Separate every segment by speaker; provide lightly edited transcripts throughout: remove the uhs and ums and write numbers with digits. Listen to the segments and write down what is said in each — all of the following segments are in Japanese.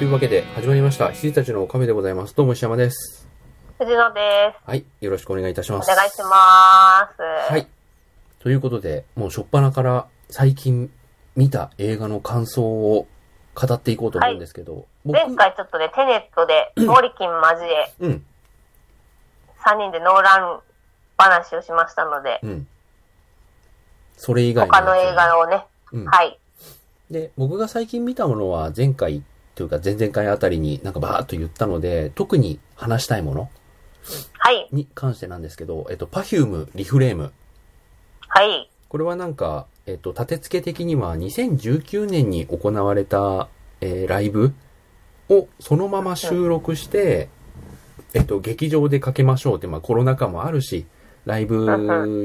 Speaker 1: というわけで始まりました羊たちのカフェでございます。どうも石山です。
Speaker 2: 藤野です。
Speaker 1: はい、よろしくお願いいたします。
Speaker 2: お願いします。
Speaker 1: はい、ということでもう初っ端から最近見た映画の感想を語っていこうと思うんですけど、
Speaker 2: はい、前回ちょっとねテネットでモーリキンマジで3人でノーラン話をしましたので、
Speaker 1: それ以外の
Speaker 2: 他の映画をね、はい。
Speaker 1: で、僕が最近見たものは前回というか前々回あたりになんかバーっと言ったので、特に話したいものに関してなんですけど、Perfume リフレーム。
Speaker 2: はい。
Speaker 1: これはなんか、立て付け的には2019年に行われた、ライブをそのまま収録して、劇場でかけましょうって、まあコロナ禍もあるし、ライブ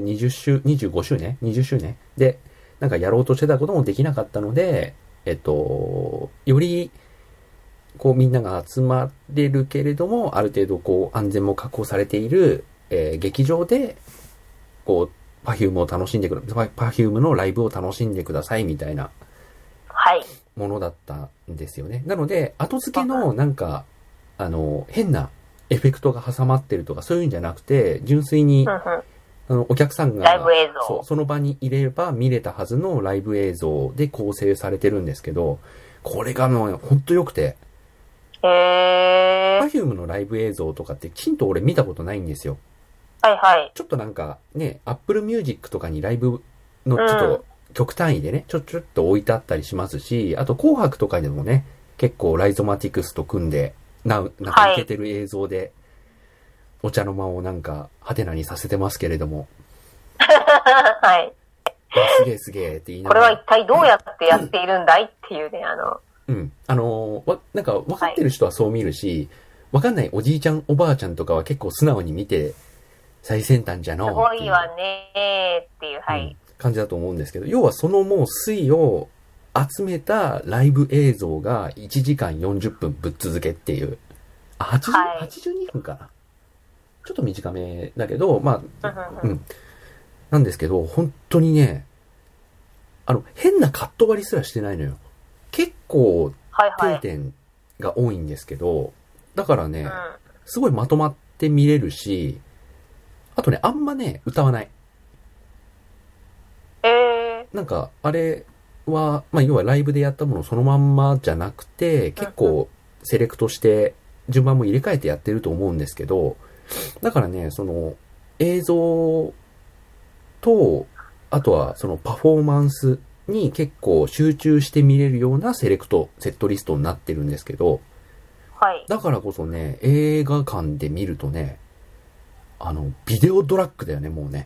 Speaker 1: 25周年 ?20 周年で、なんかやろうとしてたこともできなかったので、より、こうみんなが集まれるけれども、ある程度こう安全も確保されている、劇場で、こう、Perfume を楽しんでください。Perfume のライブを楽しんでくださいみたいな、ものだったんですよね。なので、後付けのなんか、変なエフェクトが挟まってるとかそういうんじゃなくて、純粋に、お客さんが
Speaker 2: ライブ映像
Speaker 1: その場にいれば見れたはずのライブ映像で構成されてるんですけど、これがもうほんと良くて、Perfume のライブ映像とかってきちんと俺見たことないんですよ。
Speaker 2: はいはい。
Speaker 1: ちょっとなんかね、Apple Music とかにライブのちょっと極単位でね、ちょっと置いてあったりしますし、あと紅白とかでもね、結構ライゾマティクスと組んで、なんかいけてる映像で、お茶の間をなんか派手なにさせてますけれども。
Speaker 2: はい。
Speaker 1: すげえって言いな
Speaker 2: がら。これは一体どうやってやっているんだいっていうね、
Speaker 1: なんか分かってる人はそう見るし、わかんないおじいちゃんおばあちゃんとかは結構素直に見て、最先端じゃの
Speaker 2: すごいわねーっていう、
Speaker 1: 感じだと思うんですけど、要はそのもう推を集めたライブ映像が1時間40分ぶっ続けっていう。82分かな。ちょっと短めだけど、まあ、なんですけど、本当にね、変なカット割りすらしてないのよ。結構、定点が多いんですけど、だからね、すごいまとまって見れるし、あとね、あんまね、歌わない。なんか、あれは、まあ、要はライブでやったものそのまんまじゃなくて、結構セレクトして順番も入れ替えてやってると思うんですけど、だからね、その映像と、あとはそのパフォーマンスに結構集中して見れるようなセットリストになってるんですけど、だからこそね、映画館で見るとね、ビデオドラッグだよね、もうね。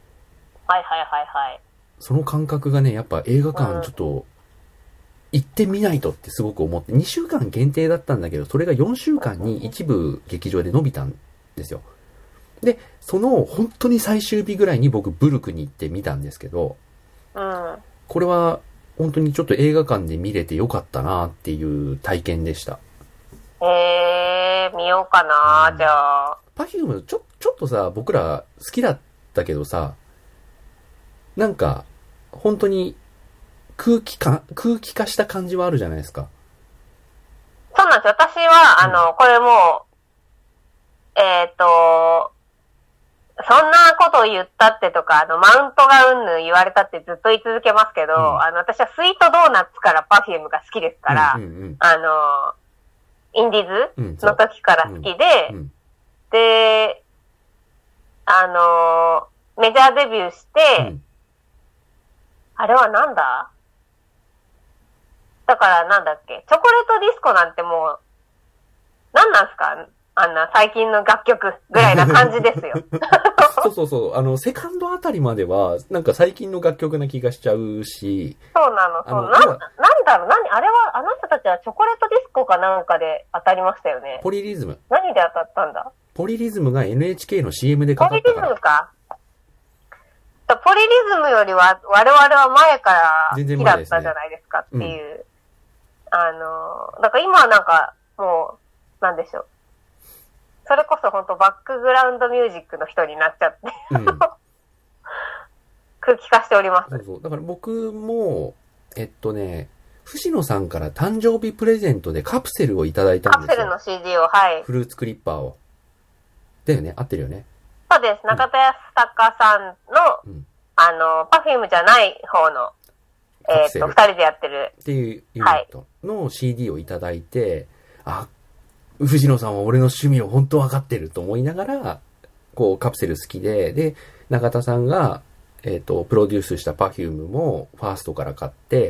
Speaker 1: その感覚がね、やっぱ映画館ちょっと行ってみないとってすごく思って、2週間限定だったんだけど、それが4週間に一部劇場で伸びたんですよ。で、その本当に最終日ぐらいに僕ブルクに行って見たんですけど、これは本当にちょっと映画館で見れてよかったなっていう体験でした。
Speaker 2: 見ようかな、じゃあ。
Speaker 1: Perfume ちょっとさ、僕ら好きだったけどさ、なんか、本当に空気化した感じはあるじゃないですか。
Speaker 2: そうなんですよ。私は、これもそんなことを言ったってとか、マウントがうんぬん言われたってずっと言い続けますけど、私はスイートドーナツから Perfume が好きですから、インディーズの時から好きで、で、メジャーデビューして、あれはなんだだからなんだっけ、チョコレートディスコなんてもう、なんなんすかあんな最近の楽曲ぐらいな感じですよ。
Speaker 1: そう。セカンドあたりまでは、なんか最近の楽曲な気がしちゃうし。
Speaker 2: そうなの、なんだろう、あれは、あの人たちはチョコレートディスコかなんかで当たりましたよね。
Speaker 1: ポリリズム。
Speaker 2: 何で当たったんだ？
Speaker 1: ポリリズムが NHK の CM でかかったから。
Speaker 2: ポリリズムか。ポリリズムよりは、我々は前から好きだったじゃないですかっていう。だから今はなんか、もう、なんでしょう。それこそ本当バックグラウンドミュージックの人になっちゃって、空気化しております。
Speaker 1: だから僕も、 藤野さんから誕生日プレゼントでカプセルをいただいたんですよ。
Speaker 2: カプセルの CD を、はい。
Speaker 1: フルーツクリッパーを。だよね、合ってるよね。
Speaker 2: そうです。中田康隆さんの、パフュームじゃない方の、二人でやってる。
Speaker 1: っていうユニットの CD をいただいて、あ、藤野さんは俺の趣味を本当分かってると思いながら、こうカプセル好きで、で、中田さんが、プロデュースしたパフュームもファーストから買って、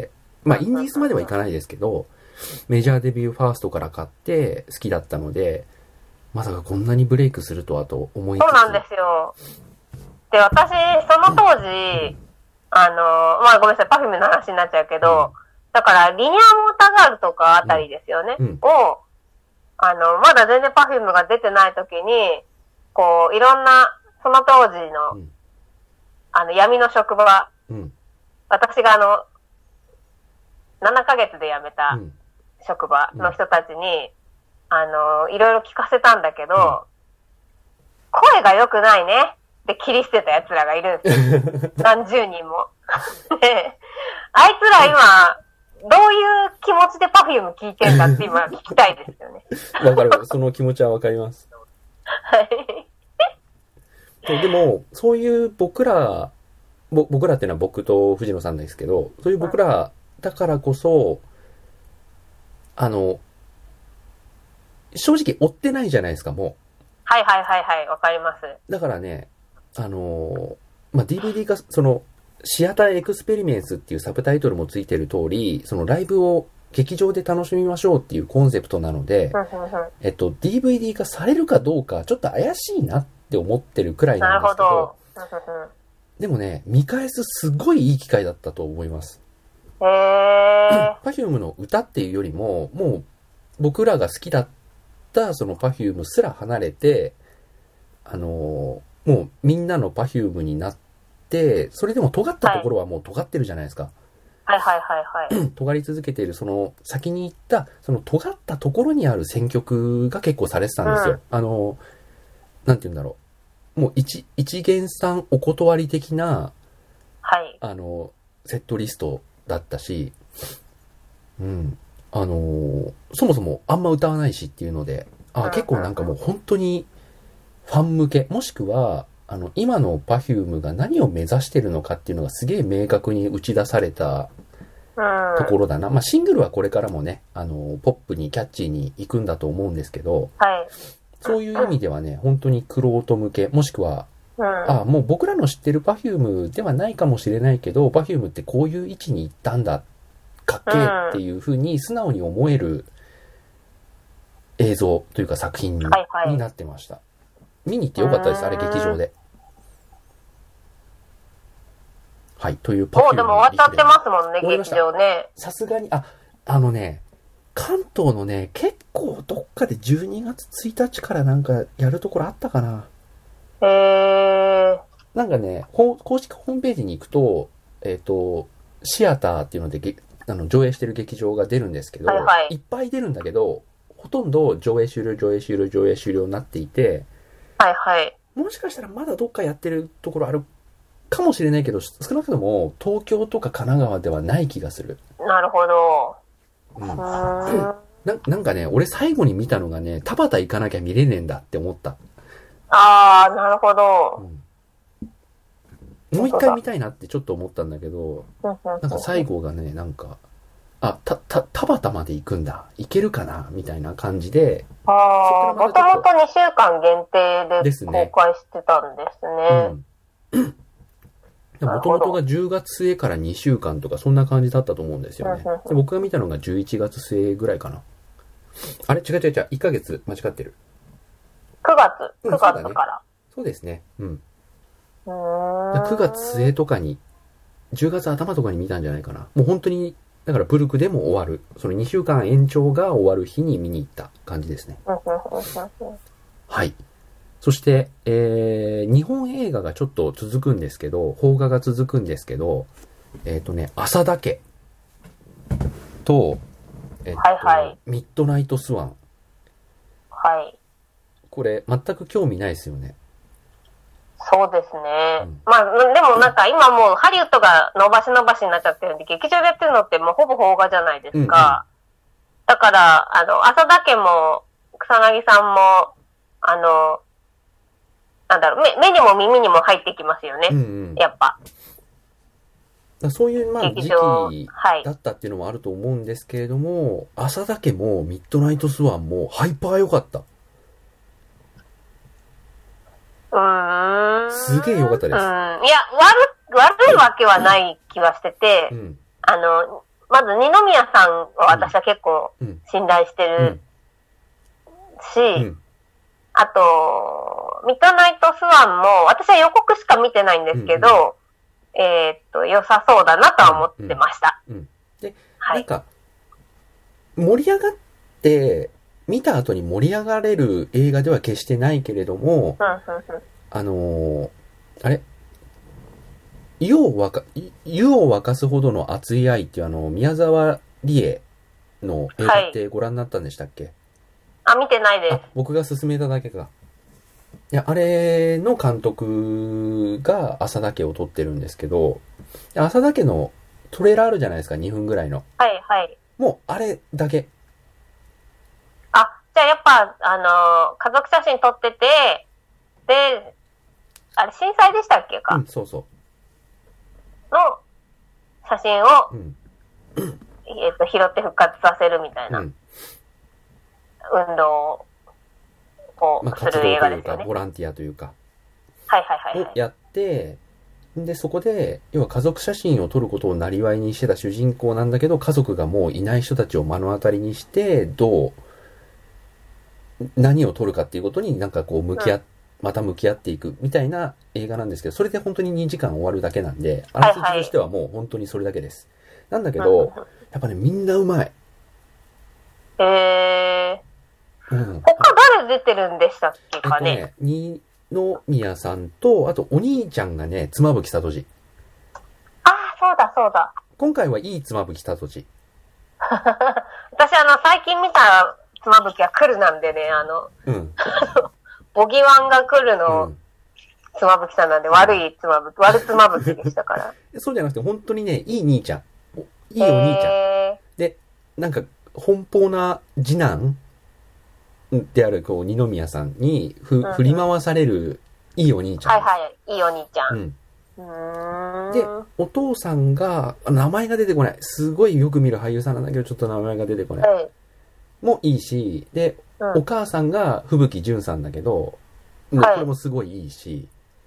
Speaker 1: まあ、インディースまではいかないですけど、メジャーデビューファーストから買って好きだったので、まさかこんなにブレイクするとはと思いつつ。
Speaker 2: そうなんですよ。で、私、その当時、まあ、ごめんなさい、パフュームの話になっちゃうけど、だから、リニアモーターガールとかあたりですよね。を、まだ全然パフュームが出てない時に、こう、いろんな、その当時の、闇の職場、私が7ヶ月で辞めた職場の人たちに、いろいろ聞かせたんだけど、声が良くないねって切り捨てた奴らがいるんですよ。何十人も。で、あいつら今、どういう気持ちでパフューム聞いてんだって今聞きたいですよね。
Speaker 1: わかる。その気持ちはわかります。
Speaker 2: はい。
Speaker 1: でも、そういう僕らっていうのは僕と藤野さんですけど、そういう僕らだからこそ、正直追ってないじゃないですか、もう。
Speaker 2: はいはいはいはい、わかります。
Speaker 1: だからね、まあ、DVD 化、シアターエクスペリメンスっていうサブタイトルもついてる通り、そのライブを劇場で楽しみましょうっていうコンセプトなので、DVD 化されるかどうか、ちょっと怪しいなって思ってるくらいなんですけど、でもね、見返すすごいいい機会だったと思います。Perfume の歌っていうよりも、もう僕らが好きだったその Perfume すら離れて、もうみんなの Perfume になって、それでも尖ったところはもう尖ってるじゃないですか。
Speaker 2: はいはいはいはい。
Speaker 1: 尖り続けているその先に行ったその尖ったところにある選曲が結構されてたんですよ。なんて言うんだろう。もう一元さんお断り的な、
Speaker 2: はい。
Speaker 1: セットリストだったし、そもそもあんま歌わないしっていうので、結構なんかもう本当にファン向け、もしくは、今の Perfume が何を目指してるのかっていうのがすげえ明確に打ち出されたところだな。まあ、シングルはこれからもね、ポップにキャッチーに行くんだと思うんですけど、
Speaker 2: はい、
Speaker 1: そういう意味ではね、本当に玄人向け、もしくは、もう僕らの知ってる Perfume ではないかもしれないけど、Perfume ってこういう位置に行ったんだ、かっけーっていう風に素直に思える映像というか作品になってました。見に行ってよかったです、あれ劇場で。はい、という
Speaker 2: Perfume。もうでも終わっちゃってますもんね、劇場ね。
Speaker 1: さすがに、関東のね、結構どっかで12月1日からなんかやるところあったかな。なんかね、公式ホームページに行くと、シアターっていうので上映してる劇場が出るんですけど、いっぱい出るんだけど、ほとんど上映終了になっていて、
Speaker 2: はいはい。
Speaker 1: もしかしたらまだどっかやってるところあるかもしれないけど、少なくとも東京とか神奈川ではない気がする。
Speaker 2: なるほど。
Speaker 1: なんかね、俺最後に見たのがね、田端行かなきゃ見れねえんだって思った。
Speaker 2: なるほど。
Speaker 1: もう一回見たいなってちょっと思ったんだけど、なんか最後がね、なんか、田端まで行くんだ。行けるかなみたいな感じで。
Speaker 2: もともと2週間限定で公開してたんですね。
Speaker 1: もともとが10月末から2週間とかそんな感じだったと思うんですよね。で僕が見たのが11月末ぐらいかな。あれ違う。1ヶ月間違ってる。
Speaker 2: 9月から。
Speaker 1: そうですね。9月末とかに、10月頭とかに見たんじゃないかな。もう本当に、だからブルクでも終わる。その2週間延長が終わる日に見に行った感じですね。はい。そして、日本映画がちょっと続くんですけど、邦画が続くんですけど、浅田家と、ミッドナイトスワン。
Speaker 2: はい。
Speaker 1: これ、全く興味ないですよね。
Speaker 2: そそうですね。まあ、でもなんか今もうハリウッドが伸ばし伸ばしになっちゃってるんで、劇場でやってるのってもうほぼ邦画じゃないですか。だから、浅田家も、草薙さんも、なんだろう、目にも耳にも入ってきますよね。やっぱ。
Speaker 1: そういう、まあ、時期だったっていうのもあると思うんですけれども、浅田家もミッドナイトスワンもハイパー良かった。すげえ良かったです。いや、
Speaker 2: 悪いわけはない気はしてて、まず二宮さんは私は結構信頼してるし、あと、ミッドナイトスワンも、私は予告しか見てないんですけど、良さそうだなとは思ってました。
Speaker 1: で、なんか、盛り上がって、見た後に盛り上がれる映画では決してないけれども、あれ湯を沸かすほどの熱い愛っていう宮沢りえの映画ってご覧になったんでしたっけ？
Speaker 2: 見てないです。
Speaker 1: 僕が勧めただけか。いや、あれの監督が浅田家を撮ってるんですけど、浅田家のトレーラーあるじゃないですか、2分ぐらいの。
Speaker 2: はいはい。
Speaker 1: もう、あれだけ。
Speaker 2: じゃあやっぱ、家族写真撮ってて、で、あれ、震災でしたっけか？
Speaker 1: そうそう。
Speaker 2: の写真を、拾って復活させるみたいな、運動をする映画ですよね。活動というか、
Speaker 1: ボランティアというか。
Speaker 2: はいはいはい。
Speaker 1: をやって、で、そこで、要は家族写真を撮ることを生業にしてた主人公なんだけど、家族がもういない人たちを目の当たりにして、何を撮るかっていうことになんかこうまた向き合っていくみたいな映画なんですけど、それで本当に2時間終わるだけなんで、あらすじとしてはもう本当にそれだけです。なんだけど、やっぱね、みんなうまい。
Speaker 2: 他誰出てるんでしたっけかね。
Speaker 1: 二宮さんと、あとお兄ちゃんがね、妻夫木聡。
Speaker 2: そうだそうだ。
Speaker 1: 今回はいい妻夫木聡。私
Speaker 2: 最近見た妻夫木は来るなんでね、ボギワンが来るの、妻夫木さんなんで悪妻夫木でしたから。
Speaker 1: そうじゃなくて、本当にね、いい兄ちゃん。いいお兄ちゃん。で、なんか、奔放な次男である、二宮さんに振り回されるいいお兄ちゃん。
Speaker 2: はいはい、いいお兄ちゃん。
Speaker 1: で、お父さんが、名前が出てこない。すごいよく見る俳優さんなんだけど、ちょっと名前が出てこない。もいいし、で、お母さんが吹雪純さんだけど、これもすごいいいし。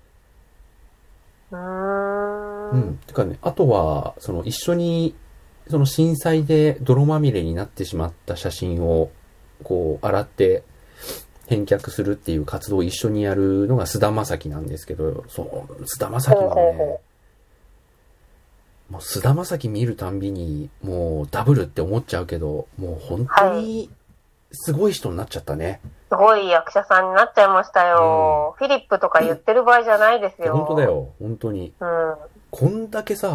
Speaker 1: てかね、あとは、一緒に、震災で泥まみれになってしまった写真を、洗って返却するっていう活動を一緒にやるのが菅田将暉なんですけど、菅田将暉もね、もう菅田将暉見るたんびに、もうダブルって思っちゃうけど、もう本当にすごい人になっちゃったね。
Speaker 2: すごい役者さんになっちゃいましたよ。フィリップとか言ってる場合じゃないですよ。
Speaker 1: 本当だよ、本当に。こんだけ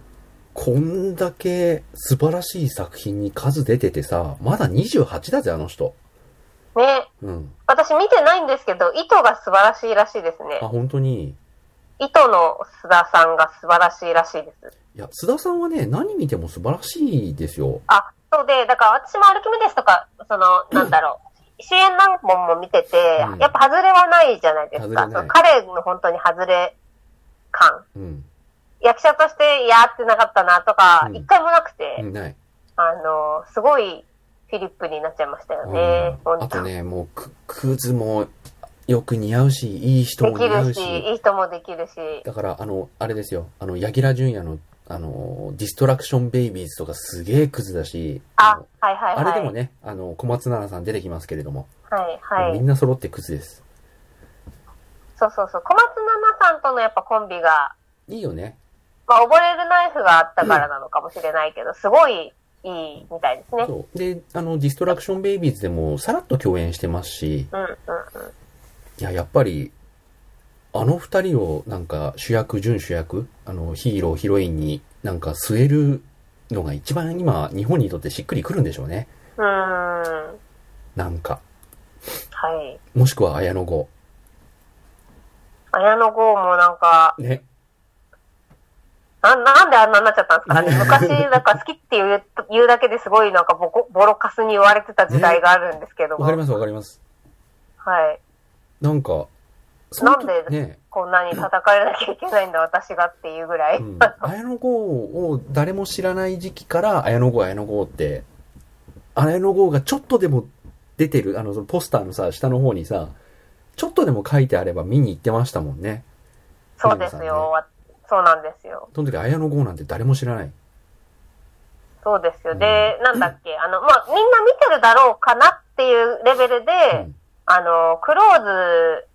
Speaker 1: 素晴らしい作品に数出ててさ、まだ28だぜ、あの人。
Speaker 2: ね。私見てないんですけど、糸が素晴らしいらしいですね。
Speaker 1: 本当に。
Speaker 2: 糸の須田さんが素晴らしいらしいです。
Speaker 1: いや、須田さんはね、何見ても素晴らしいですよ。
Speaker 2: そうで、だから私もアルキメデスとか、なんだろう、主演何本も見てて、やっぱ外れはないじゃないですか。彼の本当に外れ感。役者としてやってなかったなとか、一回もなくて、すごいフィリップになっちゃいましたよね。
Speaker 1: あとね、もうクズもよく似合うし、いい人も似合うし。
Speaker 2: いい人もできるし。
Speaker 1: だから、あれですよ、柳楽純也の、ディストラクションベイビーズとかすげえクズだし、
Speaker 2: はいはいはい。
Speaker 1: あれでもね、小松菜奈さん出てきますけれども、
Speaker 2: はいはい。
Speaker 1: みんな揃ってクズです。
Speaker 2: そうそうそう。小松菜奈さんとのやっぱコンビが、
Speaker 1: いいよね。
Speaker 2: まあ、溺れるナイフがあったからなのかもしれないけど、すごいいいみたいですね。
Speaker 1: そう。で、ディストラクションベイビーズでもさらっと共演してますし、いや、やっぱり、二人をなんか準主役、ヒーロー、ヒロインになんか据えるのが一番今、日本にとってしっくりくるんでしょうね。なんか。
Speaker 2: はい。
Speaker 1: もしくは綾野剛。
Speaker 2: 綾野剛もなんか、
Speaker 1: ね。
Speaker 2: なんであんなになっちゃったんですかね。昔、なんか好きって言うだけですごいなんかボロカスに言われてた時代があるんですけども。
Speaker 1: わかりますわかります。
Speaker 2: はい。
Speaker 1: なんか、
Speaker 2: なんでこんなに叩かれなきゃいけないんだ私がっていうぐらい。
Speaker 1: 綾野剛を誰も知らない時期から綾野剛って、綾野剛がちょっとでも出てる、そのポスターのさ、下の方にさ、ちょっとでも書いてあれば見に行ってましたもんね。
Speaker 2: そうですよ。そうなんですよ。
Speaker 1: その時綾野剛なんて誰も知らない。
Speaker 2: そうですよ。で、なんだっけ、みんな見てるだろうかなっていうレベルで、クローズ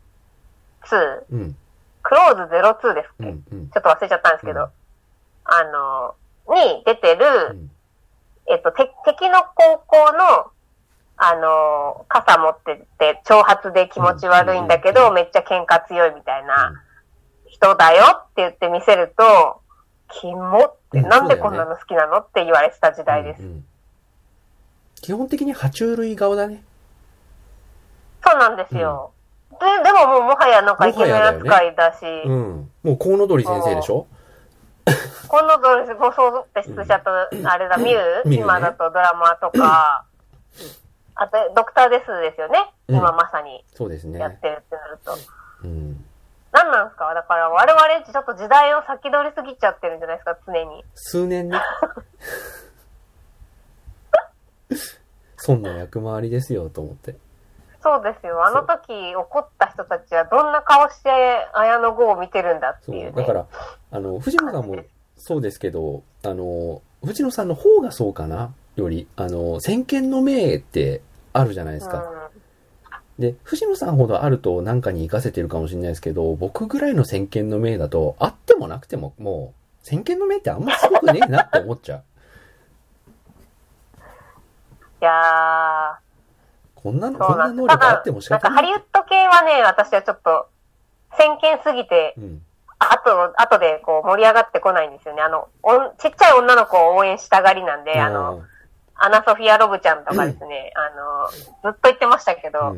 Speaker 2: 2、クローズ02ですっけ、ちょっと忘れちゃったんですけど、に出てる、敵の高校の、傘持ってて、挑発で気持ち悪いんだけど、めっちゃ喧嘩強いみたいな人だよって言って見せると、キモって、なんでこんなの好きなのって言われてた時代です。
Speaker 1: 基本的に爬虫類顔だね。
Speaker 2: そうなんですよ。でももはやなんかイケメン扱いだし。
Speaker 1: もうコウノドリ先生でしょ？
Speaker 2: コウノドリもそうですし、あと、あれだ、ミュウ、今だとドラマとか、あと、ドクターですよね。今まさに。
Speaker 1: そうですね。
Speaker 2: やってるってなると。何なんですか？だから我々ちょっと時代を先取りすぎちゃってるんじゃないですか、常に。
Speaker 1: 数年ね。そんな役回りですよ、と思って。
Speaker 2: そうですよ。あの時怒った人たちはどんな顔して綾野剛を見てるんだっていうね。
Speaker 1: だから、藤野さんもそうですけど、藤野さんの方がそうかなより、先見の明ってあるじゃないですか。で、藤野さんほどあると何かに活かせてるかもしれないですけど、僕ぐらいの先見の明だと、あってもなくても、もう、先見の明ってあんますごくねえなって思っちゃう。
Speaker 2: いやー、
Speaker 1: こんな能力あっても仕方ない。
Speaker 2: なんかハリウッド系はね、私はちょっと、先見すぎて、後でこう盛り上がってこないんですよね。ちっちゃい女の子を応援したがりなんで、アナソフィア・ロブちゃんとかですね、ずっと言ってましたけど、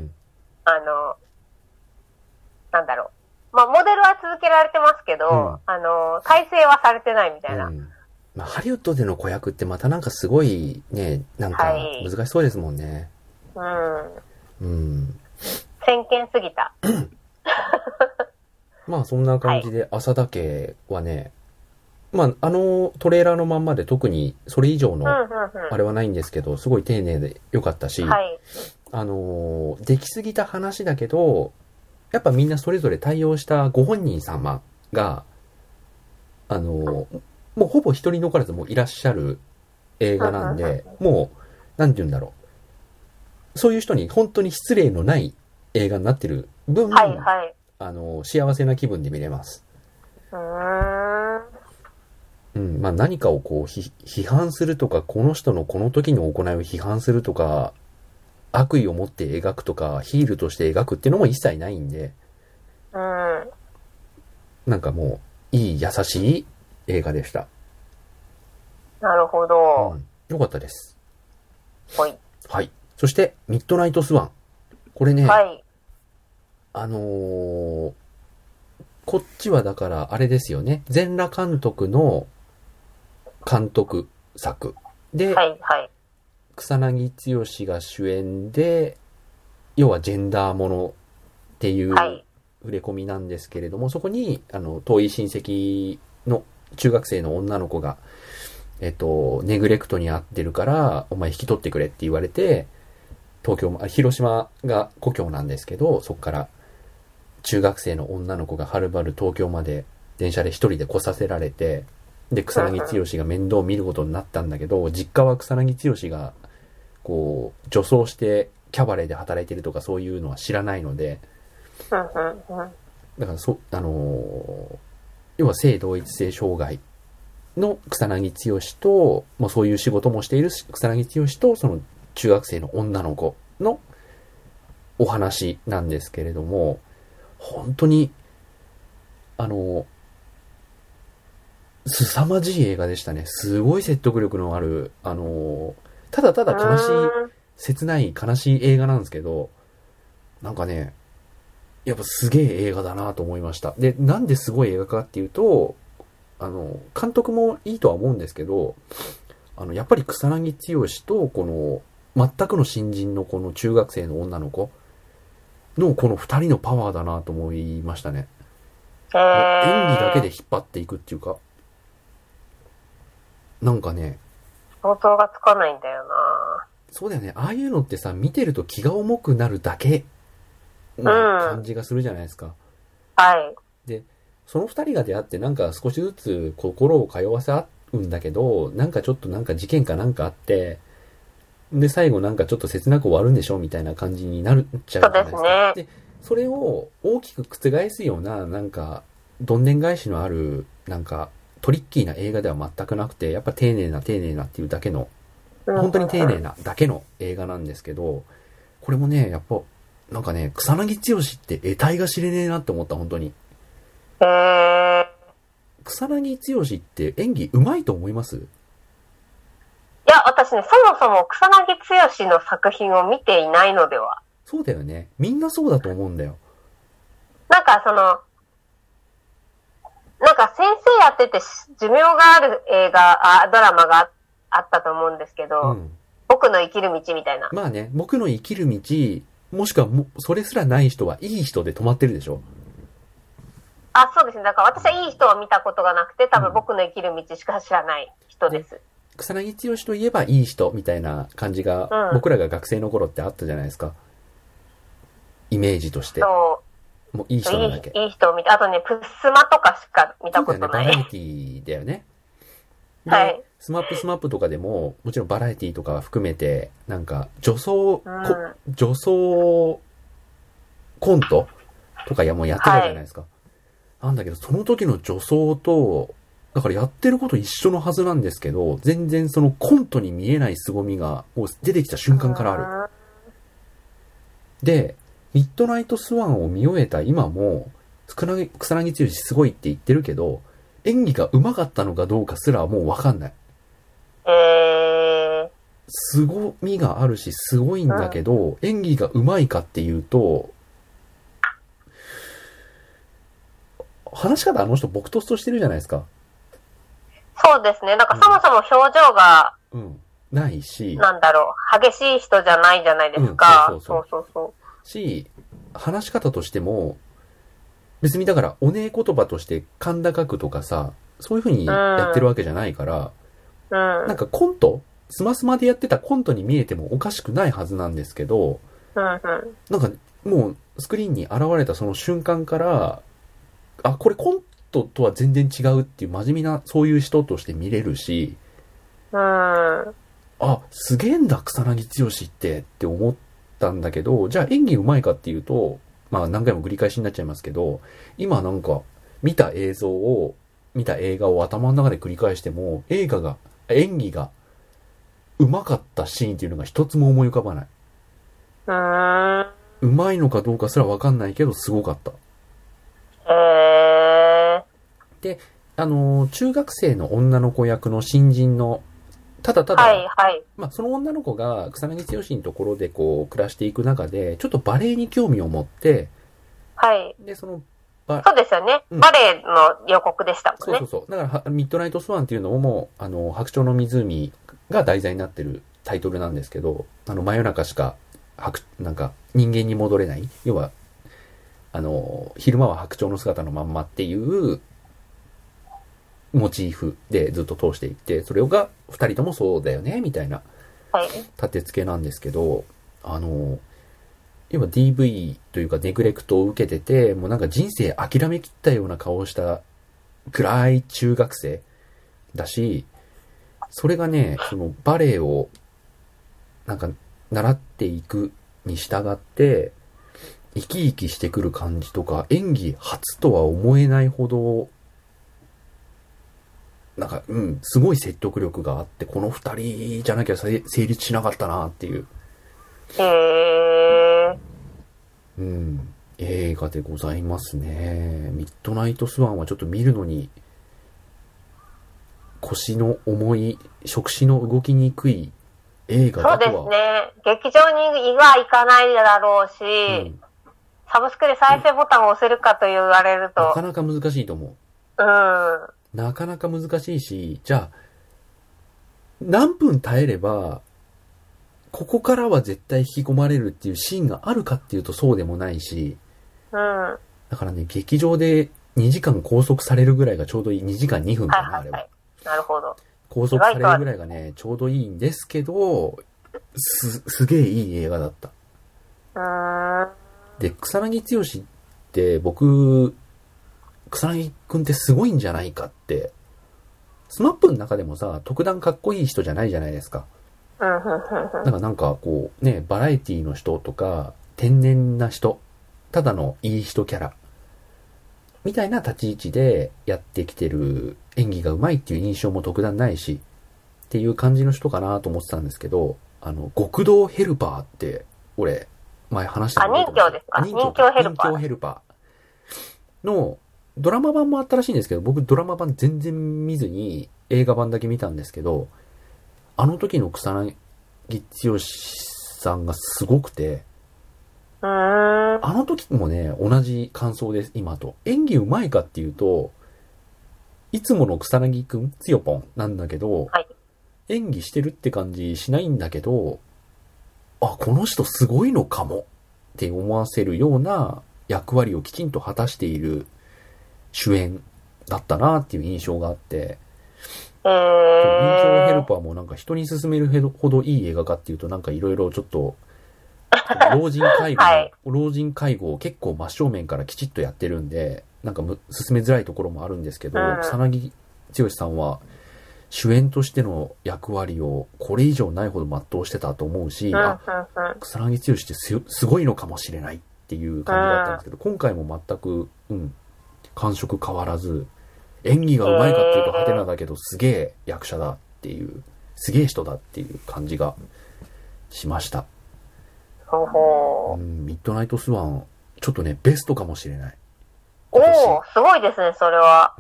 Speaker 2: なんだろう。まあ、モデルは続けられてますけど、体制はされてないみたいな。
Speaker 1: まあ、ハリウッドでの子役ってまたなんかすごいね、なんか難しそうですもんね。
Speaker 2: 先見すぎた。
Speaker 1: まあそんな感じで、浅田家はね、まあトレーラーのまんまで特にそれ以上のあれはないんですけど、すごい丁寧で良かったし、できすぎた話だけど、やっぱみんなそれぞれ対応したご本人様が、もうほぼ一人残らずもいらっしゃる映画なんで、もう、なんて言うんだろう。そういう人に本当に失礼のない映画になってる分、幸せな気分で見れます。まあ何かをこう批判するとか、この人のこの時の行いを批判するとか、悪意を持って描くとか、ヒールとして描くっていうのも一切ないんで、なんかもう、いい優しい映画でした。
Speaker 2: なるほど。
Speaker 1: よかったです。
Speaker 2: はい。
Speaker 1: はい。そして、ミッドナイトスワン。これね、こっちはだからあれですよね。全裸監督の監督作で、草薙剛が主演で、要はジェンダーものっていう触れ込みなんですけれども、そこに遠い親戚の中学生の女の子がネグレクトに遭ってるからお前引き取ってくれって言われて、広島が故郷なんですけど、そこから中学生の女の子がはるばる東京まで電車で一人で来させられて、で草薙剛が面倒を見ることになったんだけど、実家は草薙剛がこう女装してキャバレーで働いてるとかそういうのは知らないので、だから要は性同一性障害の草薙剛と、まあ、そういう仕事もしている草薙剛とその中学生の女の子のお話なんですけれども、本当に凄まじい映画でしたね。すごい説得力のあるただただ切ない悲しい映画なんですけど、なんかね、 やっぱすげえ映画だなと思いました。で、なんですごい映画かっていうと、監督もいいとは思うんですけど、やっぱり草薙剛と、この、全くの新人のこの中学生の女の子のこの二人のパワーだなと思いましたね。演技だけで引っ張っていくっていうか、なんかね、
Speaker 2: 想像がつかないんだよな。
Speaker 1: そうだよね。ああいうのってさ、見てると気が重くなるだけな感じがするじゃないですか。
Speaker 2: はい。
Speaker 1: で、その二人が出会ってなんか少しずつ心を通わせ合うんだけど、なんかちょっとなんか事件かなんかあって、で、最後なんかちょっと切なく終わるんでしょみたいな感じになっちゃうじゃないですか。そうですね。で、それを大きく覆すような、なんか、どんでん返しのある、なんか、トリッキーな映画では全くなくて、やっぱ丁寧なっていうだけの、本当に丁寧なだけの映画なんですけど、これもね、やっぱ、なんかね、草薙剛って得体が知れねえなって思った、本当に。草薙剛って演技上手いと思います？い
Speaker 2: や、私ね、そもそも草薙剛の作品を見ていないのでは。
Speaker 1: そうだよね。みんなそうだと思うんだよ。
Speaker 2: なんかなんか先生やってて寿命があるドラマがあったと思うんですけど、僕の生きる道みたいな。
Speaker 1: まあね、僕の生きる道、もしくはそれすらない人はいい人で止まってるでしょ？
Speaker 2: あ、そうですね。だから私はいい人を見たことがなくて、多分僕の生きる道しか知らない人です。
Speaker 1: 草薙剛といえばいい人みたいな感じが、僕らが学生の頃ってあったじゃないですか。イメージとして。もういい人なんだっけ。
Speaker 2: いい人を見て、あとね、プスマとかしか見たことない。
Speaker 1: バラエティだよね。
Speaker 2: はい。
Speaker 1: スマップとかでも、もちろんバラエティとか含めて、なんか、女装コントとかもうやってたじゃないですか。なんだけど、その時の女装と、だからやってること一緒のはずなんですけど、全然そのコントに見えない凄みがもう出てきた瞬間からある。で、ミッドナイトスワンを見終えた今も、草薙剛すごいって言ってるけど、演技が上手かったのかどうかすらもうわかんない。凄みがあるし、すごいんだけど、演技が上手いかっていうと、話し方あの人朴突としてるじゃないですか。
Speaker 2: そうですね。なんかそもそも表情が、
Speaker 1: ないし、
Speaker 2: なんだろう、激しい人じゃないじゃないですか。そう
Speaker 1: し、話し方としても、別にだからおねえ言葉として甲高くとかさ、そういう風にやってるわけじゃないから、なんかコントスマスマでやってたコントに見えてもおかしくないはずなんですけど、なんかもうスクリーンに現れたその瞬間から、あ、これコントとは全然違うっていう真面目なそういう人として見れるし、あ、すげえんだ草薙剛って思ったんだけど、じゃあ演技上手いかっていうと、まあ何回も繰り返しになっちゃいますけど、今なんか見た映画を頭の中で繰り返しても、演技が上手かったシーンっていうのが一つも思い浮かばない。上手いのかどうかすらわかんないけど、すごかった。で、中学生の女の子役の新人の、ただ、まあ、その女の子が草薙剛のところでこう、暮らしていく中で、ちょっとバレエに興味を持って、で、そう
Speaker 2: ですよね。バレエの予告でしたもんね。
Speaker 1: そう。だから、ミッドナイトスワンっていうのも、白鳥の湖が題材になってるタイトルなんですけど、真夜中しか、なんか、人間に戻れない。要は、昼間は白鳥の姿のまんまっていうモチーフでずっと通していって、それが二人ともそうだよねみたいな立て付けなんですけど、要は DV というかネグレクトを受けてて、もうなんか人生諦めきったような顔をした暗い中学生だし、それがね、そのバレエをなんか習っていくに従って、生き生きしてくる感じとか、演技初とは思えないほど、なんか、すごい説得力があって、この二人じゃなきゃ成立しなかったなっていう。映画でございますね。ミッドナイトスワンはちょっと見るのに、腰の重い、触手の動きにくい映画だとは。
Speaker 2: そうですね。劇場には行かないだろうし、 サブスクで再生ボタンを押せるかと言われると。
Speaker 1: なかなか難しいと思う。なかなか難しいし、じゃあ、何分耐えれば、ここからは絶対引き込まれるっていうシーンがあるかっていうとそうでもないし、だからね、劇場で2時間拘束されるぐらいがちょうどいい。2時間2分かな、あれは。
Speaker 2: なるほど。
Speaker 1: 拘束されるぐらいがね、ちょうどいいんですけど、すげえいい映画だった。で、草薙剛って僕、草薙くんってすごいんじゃないかって、スマップの中でもさ、特段かっこいい人じゃないじゃないですか。なんかこうね、バラエティの人とか、天然な人、ただのいい人キャラ、みたいな立ち位置でやってきてる演技が上手いっていう印象も特段ないし、っていう感じの人かなと思ってたんですけど、極道ヘルパーって、俺、前話した
Speaker 2: の覚えてます。人形ですか？人形ヘルパー。
Speaker 1: 人形ヘルパーのドラマ版もあったらしいんですけど、僕ドラマ版全然見ずに映画版だけ見たんですけど、あの時の草薙剛さんがすごくて、あの時もね、同じ感想です、今と。演技上手いかっていうと、いつもの草薙くん、つよぽんなんだけど、
Speaker 2: はい、
Speaker 1: 演技してるって感じしないんだけど、あ、この人すごいのかもって思わせるような役割をきちんと果たしている主演だったなっていう印象があって、人形ヘルパーもなんか人に勧めるほどいい映画かっていうとなんかいろいろちょっと老人介護、はい、老人介護を結構真正面からきちっとやってるんで、なんか進めづらいところもあるんですけど、草薙剛さんは主演としての役割をこれ以上ないほど全うしてたと思うし、草薙剛ってすごいのかもしれないっていう感じだったんですけど、今回も全く、感触変わらず、演技が上手いかっていうとハテナだけど、すげえ役者だっていう、すげえ人だっていう感じがしました。ミッドナイトスワン、ちょっとね、ベストかもしれない。
Speaker 2: おー、すごいですね、それは。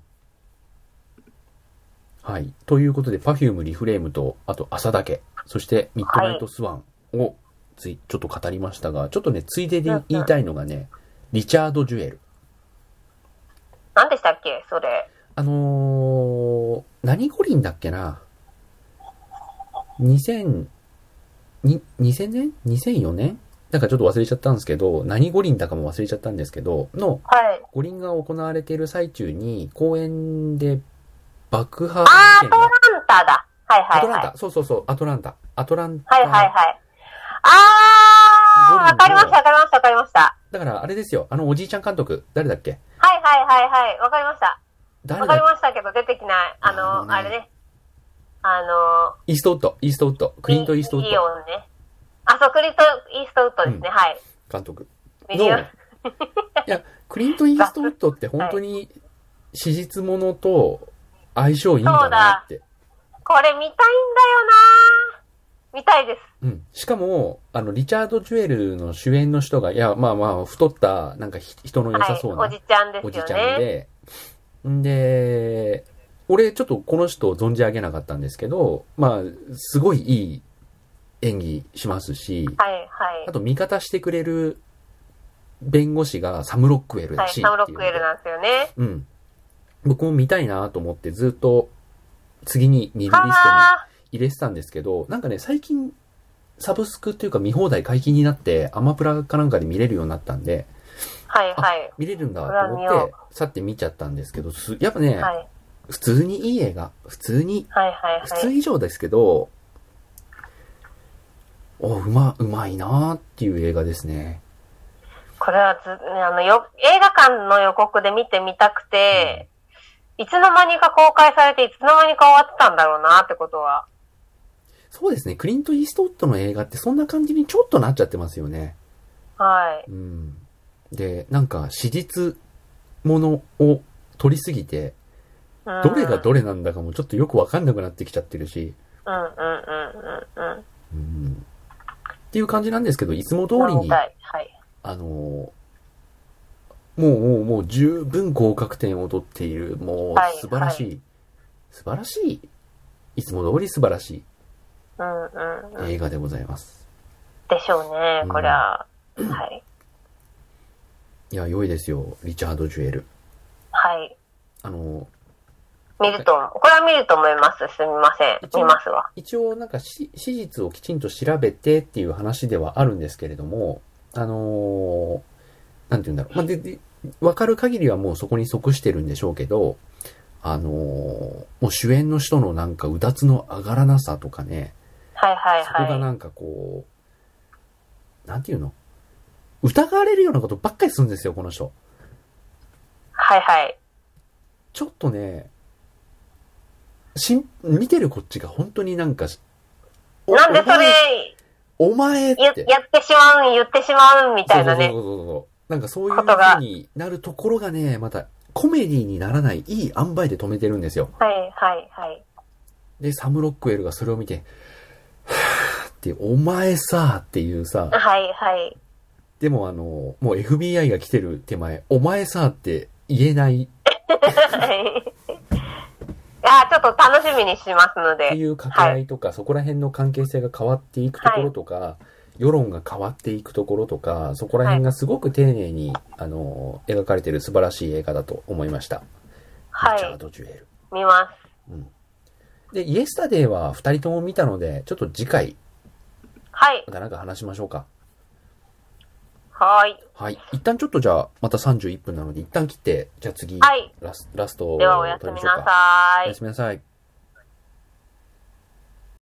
Speaker 1: はい。ということで、Perfume、リフレームと、あと、朝だけ、そしてミッドナイトスワンをちょっと語りましたが、ちょっとね、ついでに言いたいのがね、リチャード・ジュエル。
Speaker 2: 何でしたっけ、それ。
Speaker 1: 何五輪だっけな。2000年 ?2004 年なんかちょっと忘れちゃったんですけど、何五輪だかも忘れちゃったんですけど、五輪が行われている最中に、公園で爆破事件が。
Speaker 2: アトランタだ。はいはいはい。
Speaker 1: アトランタ。そう、アトランタ。
Speaker 2: はいはいはい。わかりました。
Speaker 1: だから、あれですよ。おじいちゃん監督。誰だっけ？
Speaker 2: はい。わかりました。わかりましたけど、出てきない。あれね。
Speaker 1: イーストウッド。クリント・イーストウッド。
Speaker 2: いいよね。そう、クリント・イーストウッドですね。はい。
Speaker 1: 監督。いや、クリント・イーストウッドって本当に史実ものと相性いいんだなって。
Speaker 2: これ見たいんだよな。見たいです。
Speaker 1: しかも、リチャード・ジュエルの主演の人が、いや、まあ、太った、なんか人の良さそうな、
Speaker 2: おじちゃんですよね。
Speaker 1: おじちゃんで、俺ちょっとこの人を存じ上げなかったんですけど、まあ、すごいいい演技しますし、あと味方してくれる弁護士がサム・ロックウェルだし、
Speaker 2: サム・ロックウェルなんですよね。
Speaker 1: 僕も見たいなと思ってずっと次に見るリストに入れてたんですけど、なんかね、最近サブスクっていうか見放題解禁になってアマプラかなんかで見れるようになったんで、見れるんだと思って去って見ちゃったんですけど、やっぱね、普通にいい映画、普通以上ですけど、うまいなーっていう映画ですね。
Speaker 2: これは映画館の予告で見てみたくて、いつの間にか公開されて、いつの間にか終わってたんだろうなってことは。
Speaker 1: そうですね。クリント・イーストウッドの映画ってそんな感じにちょっとなっちゃってますよね。で、なんか史実ものを撮りすぎて、どれがどれなんだかもちょっとよくわかんなくなってきちゃってるし。っていう感じなんですけど、いつも通りに、もう十分合格点を取っている、もう素晴らしい、いつも通り素晴らしい映画でございます。
Speaker 2: でしょうね、これは。
Speaker 1: いや、良いですよ。リチャード・ジュエル。
Speaker 2: はい。見ると、これは見ると思います。すみません。見ますわ。
Speaker 1: 一応、なんか史実をきちんと調べてっていう話ではあるんですけれども、なんて言うんだろう。まあ、わかる限りはもうそこに即してるんでしょうけど、もう主演の人のなんかうだつの上がらなさとかね。
Speaker 2: はいはいはい。
Speaker 1: そこがなんかこう、なんていうの？疑われるようなことばっかりするんですよ、この人。
Speaker 2: はいはい。
Speaker 1: ちょっとね、見てるこっちが本当になんか、
Speaker 2: なんでそれ、
Speaker 1: お前って。
Speaker 2: 言ってしまうみたいなね。
Speaker 1: そうなんかそういう風になるところがね、またコメディにならないいい塩梅で止めてるんですよ。
Speaker 2: はいはいはい。
Speaker 1: で、サム・ロックウェルがそれを見て、はぁーって、お前さっていうさ。
Speaker 2: はいはい。
Speaker 1: でももう FBI が来てる手前、お前さって言えない。
Speaker 2: いや、ちょっと楽しみにしますので。
Speaker 1: っていう掛け合いとか、そこら辺の関係性が変わっていくところとか、世論が変わっていくところとか、そこら辺がすごく丁寧に、描かれている素晴らしい映画だと思いました。リチャード・ジュエル。
Speaker 2: 見ます。
Speaker 1: うん。で、イエスタデイは二人とも見たので、ちょっと次回、
Speaker 2: はい。
Speaker 1: またなんか話しましょうか。
Speaker 2: はい。
Speaker 1: はい。一旦ちょっとじゃあ、また31分なので、一旦切って、じゃあ次、
Speaker 2: はい、
Speaker 1: ラストを
Speaker 2: ではおやすみなさい。
Speaker 1: おやすみなさい。